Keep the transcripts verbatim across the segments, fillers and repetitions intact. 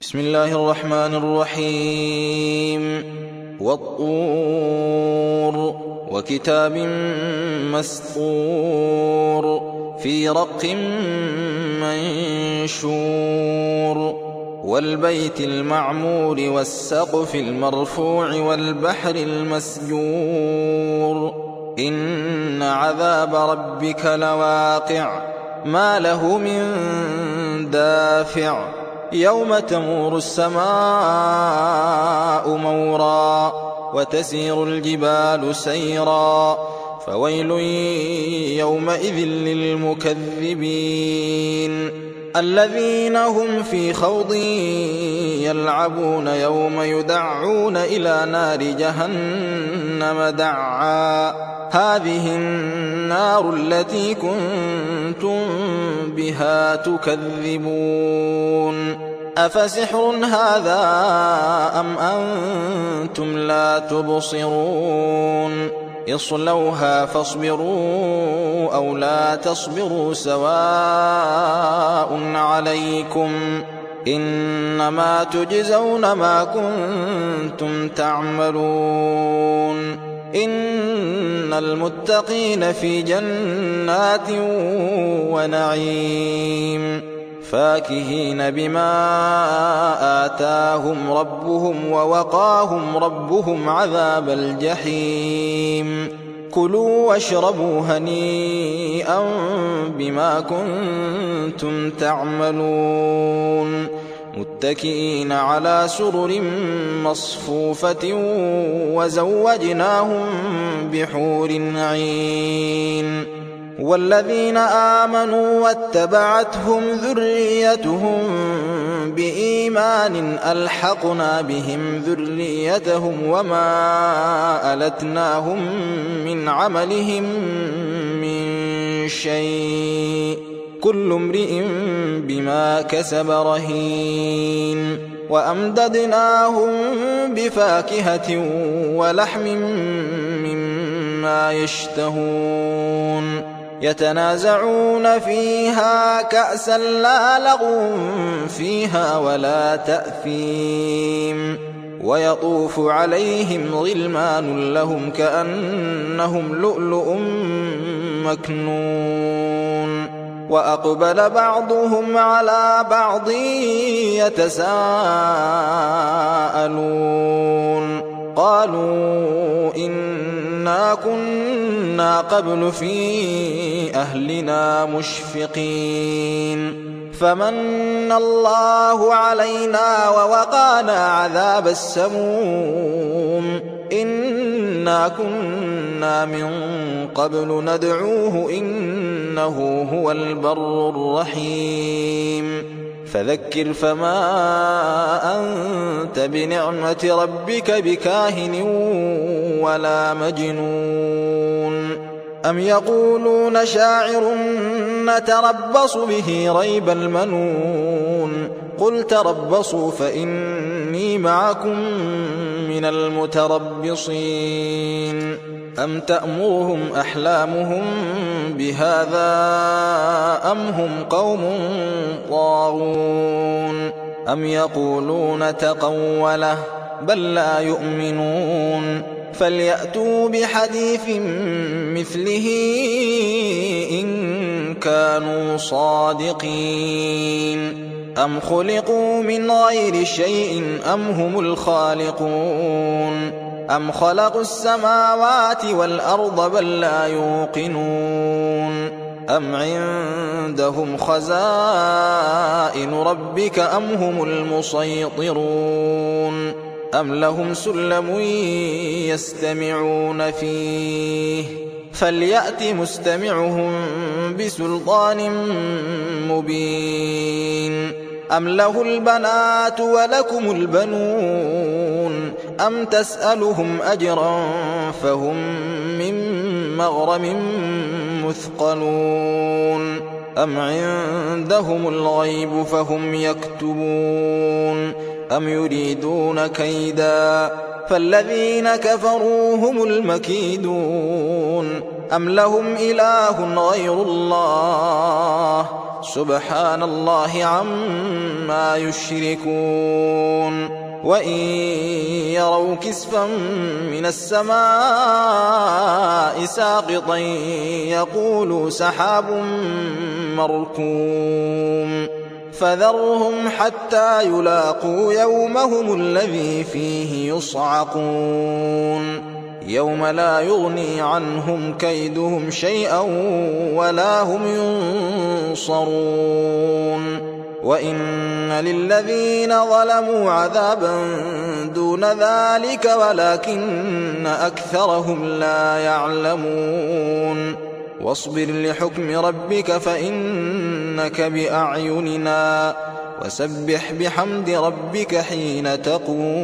بسم الله الرحمن الرحيم والطور وكتاب مسطور في رق منشور والبيت المعمور والسقف المرفوع والبحر المسجور إن عذاب ربك لواقع ما له من دافع يوم تمور السماء مورا وتسير الجبال سيرا فويل يومئذ للمكذبين الذين هم في خوض يلعبون يوم يدعون إلى نار جهنم دعا هذه النار التي كنتم بها تكذبون أفسحر هذا أم أنتم لا تبصرون اصلوها فاصبروا أو لا تصبروا سواء عليكم إنما تجزون ما كنتم تعملون إن المتقين في جنات ونعيم فاكهين بما آتاهم ربهم ووقاهم ربهم عذاب الجحيم كلوا واشربوا هنيئا بما كنتم تعملون متكئين على سرر مصفوفة وزوجناهم بحور عين والذين آمنوا واتبعتهم ذريتهم بإيمان ألحقنا بهم ذريتهم وما ألتناهم من عملهم من شيء كل امرئ بما كسب رهين وأمددناهم بفاكهة ولحم مما يشتهون يتنازعون فيها كأسا لا لغو فيها ولا تأثيم ويطوف عليهم غلمان لهم كأنهم لؤلؤ مكنون وأقبل بعضهم على بعض يتساءلون قالوا إنا كنا قبل في أهلنا مشفقين فمن الله علينا ووقانا عذاب السموم إنا كنا من قبل ندعوه إنه هو البر الرحيم فذكر فما أنت بنعمة ربك بكاهن ولا مجنون أم يقولون شاعر نتربص به ريب المنون قل تربصوا فإني معكم من المتربصين أم تأمرهم أحلامهم بهذا أم هم قوم طاغون أم يقولون تقوله بل لا يؤمنون فليأتوا بحديث مثله إن كانوا صادقين أم خلقوا من غير شيء أم هم الخالقون أم خلقوا السماوات والأرض بل لا يوقنون أم عندهم خزائن ربك أم هم المسيطرون أم لهم سلم يستمعون فيه فليأت مستمعهم بسلطان مبين أم له البنات ولكم البنون أم تسألهم أجرا فهم من مغرم مثقلون أم عندهم الغيب فهم يكتبون أم يريدون كيدا فالذين كفروا هم المكيدون أم لهم إله غير الله سبحان الله عما يشركون وإن يروا كسفا من السماء ساقطا يقولوا سحاب مركوم فذرهم حتى يلاقوا يومهم الذي فيه يصعقون يوم لا يغني عنهم كيدهم شيئا ولا هم ينصرون وإن للذين ظلموا عذابا دون ذلك ولكن أكثرهم لا يعلمون واصبر لحكم ربك فإنك بأعيننا وسبح بحمد ربك حين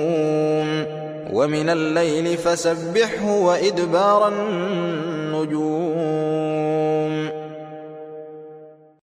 تقوم ومن الليل فسبحه وإدبار النجوم